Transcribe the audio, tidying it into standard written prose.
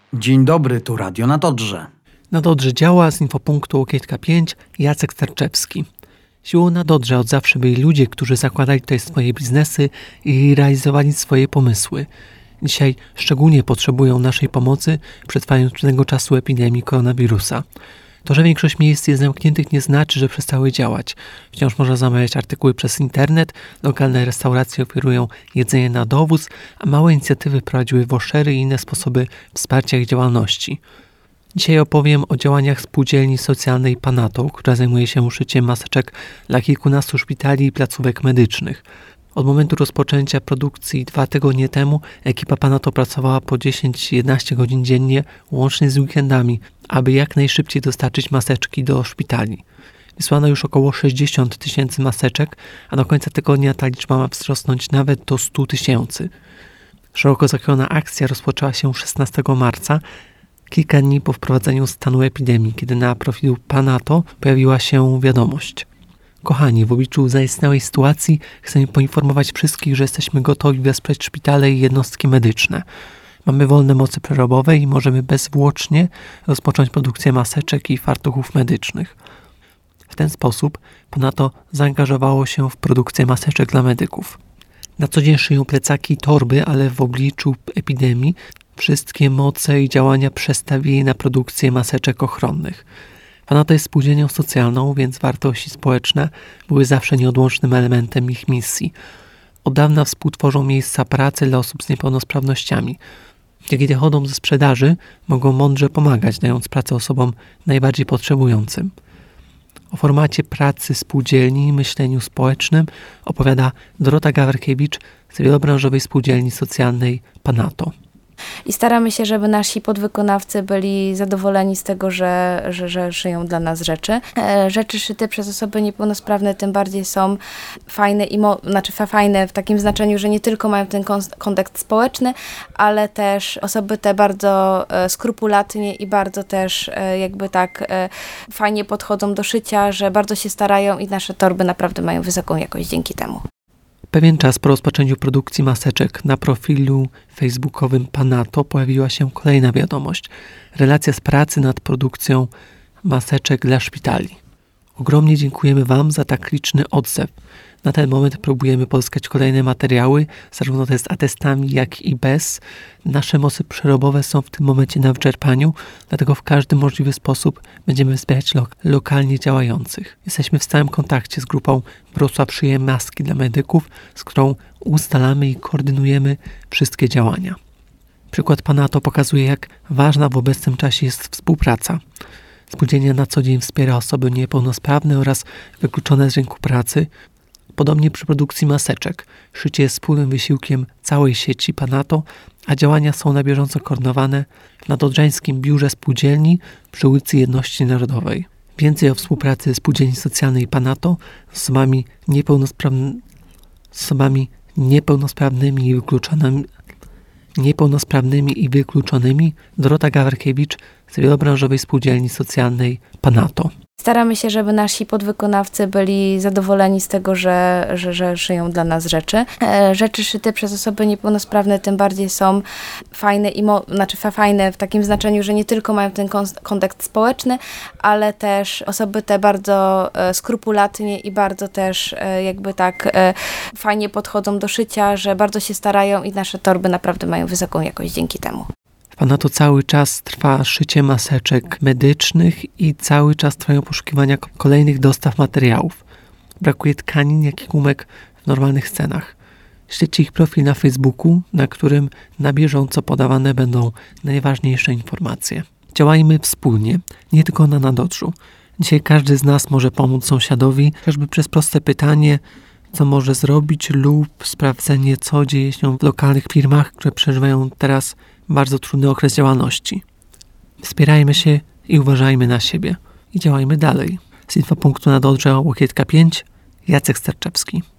Dzień dobry, tu Radio na Dodrze. Na Dodrze działa z infopunktu Łokietka 5 Jacek Starczewski. Siłą na Dodrze od zawsze byli ludzie, którzy zakładali tutaj swoje biznesy i realizowali swoje pomysły. Dzisiaj szczególnie potrzebują naszej pomocy, przetrwając pewnego czasu epidemii koronawirusa. To, że większość miejsc jest zamkniętych, nie znaczy, że przestały działać. Wciąż można zamawiać artykuły przez internet, lokalne restauracje oferują jedzenie na dowóz, a małe inicjatywy prowadziły vouchery i inne sposoby wsparcia ich działalności. Dzisiaj opowiem o działaniach spółdzielni socjalnej Panato, która zajmuje się szyciem maseczek dla kilkunastu szpitali i placówek medycznych. Od momentu rozpoczęcia produkcji 2 tygodnie temu ekipa Panato pracowała po 10-11 godzin dziennie, łącznie z weekendami, aby jak najszybciej dostarczyć maseczki do szpitali. Wysłano już około 60 000 maseczek, a do końca tygodnia ta liczba ma wzrosnąć nawet do 100 000. Szeroko zakrojona akcja rozpoczęła się 16 marca, kilka dni po wprowadzeniu stanu epidemii, kiedy na profilu Panato pojawiła się wiadomość. Kochani, w obliczu zaistniałej sytuacji chcemy poinformować wszystkich, że jesteśmy gotowi wesprzeć szpitale i jednostki medyczne. Mamy wolne moce przerobowe i możemy bezzwłocznie rozpocząć produkcję maseczek i fartuchów medycznych. W ten sposób Panato zaangażowało się w produkcję maseczek dla medyków. Na co dzień szyją plecaki i torby, ale w obliczu epidemii wszystkie moce i działania przestawili na produkcję maseczek ochronnych. Panato jest spółdzielnią socjalną, więc wartości społeczne były zawsze nieodłącznym elementem ich misji. Od dawna współtworzą miejsca pracy dla osób z niepełnosprawnościami. Kiedy dochodzą ze sprzedaży, mogą mądrze pomagać, dając pracę osobom najbardziej potrzebującym. O formacie pracy spółdzielni i myśleniu społecznym opowiada Dorota Gawrkiewicz z wielobranżowej spółdzielni socjalnej Panato. I staramy się, żeby nasi podwykonawcy byli zadowoleni z tego, że szyją dla nas rzeczy. Rzeczy szyte przez osoby niepełnosprawne tym bardziej są fajne fajne w takim znaczeniu, że nie tylko mają ten kontekst społeczny, ale też osoby te bardzo skrupulatnie i bardzo też fajnie podchodzą do szycia, że bardzo się starają i nasze torby naprawdę mają wysoką jakość dzięki temu. Pewien czas po rozpoczęciu produkcji maseczek na profilu facebookowym Panato pojawiła się kolejna wiadomość. Relacja z pracy nad produkcją maseczek dla szpitali. Ogromnie dziękujemy Wam za tak liczny odzew. Na ten moment próbujemy pozyskać kolejne materiały, zarówno te z atestami, jak i bez. Nasze moce przerobowe są w tym momencie na wyczerpaniu, dlatego w każdy możliwy sposób będziemy wspierać lokalnie działających. Jesteśmy w stałym kontakcie z grupą Wrocław szyje maski dla medyków, z którą ustalamy i koordynujemy wszystkie działania. Przykład Panato pokazuje, jak ważna w obecnym czasie jest współpraca. Spółdzielnia na co dzień wspiera osoby niepełnosprawne oraz wykluczone z rynku pracy. Podobnie przy produkcji maseczek. Szycie jest wspólnym wysiłkiem całej sieci Panato, a działania są na bieżąco koordynowane w nadodrzańskim biurze spółdzielni przy ulicy Jedności Narodowej. Więcej o współpracy spółdzielni socjalnej Panato z osobami niepełnosprawnymi i wykluczonymi Dorota Gawrkiewicz z wielobranżowej spółdzielni socjalnej Panato. Staramy się, żeby nasi podwykonawcy byli zadowoleni z tego, że szyją dla nas rzeczy. Rzeczy szyte przez osoby niepełnosprawne tym bardziej są fajne fajne w takim znaczeniu, że nie tylko mają ten kontekst społeczny, ale też osoby te bardzo skrupulatnie i bardzo też fajnie podchodzą do szycia, że bardzo się starają i nasze torby naprawdę mają wysoką jakość dzięki temu. Panato cały czas trwa szycie maseczek medycznych i cały czas trwają poszukiwania kolejnych dostaw materiałów. Brakuje tkanin, jak i gumek w normalnych cenach. Śledźcie ich profil na Facebooku, na którym na bieżąco podawane będą najważniejsze informacje. Działajmy wspólnie, nie tylko na Dodrzu. Dzisiaj każdy z nas może pomóc sąsiadowi, chociażby przez proste pytanie, co może zrobić, lub sprawdzenie, co dzieje się w lokalnych firmach, które przeżywają teraz bardzo trudny okres działalności. Wspierajmy się i uważajmy na siebie. I działajmy dalej. Z infopunktu na Dodrze Łokietka 5 Jacek Starczewski.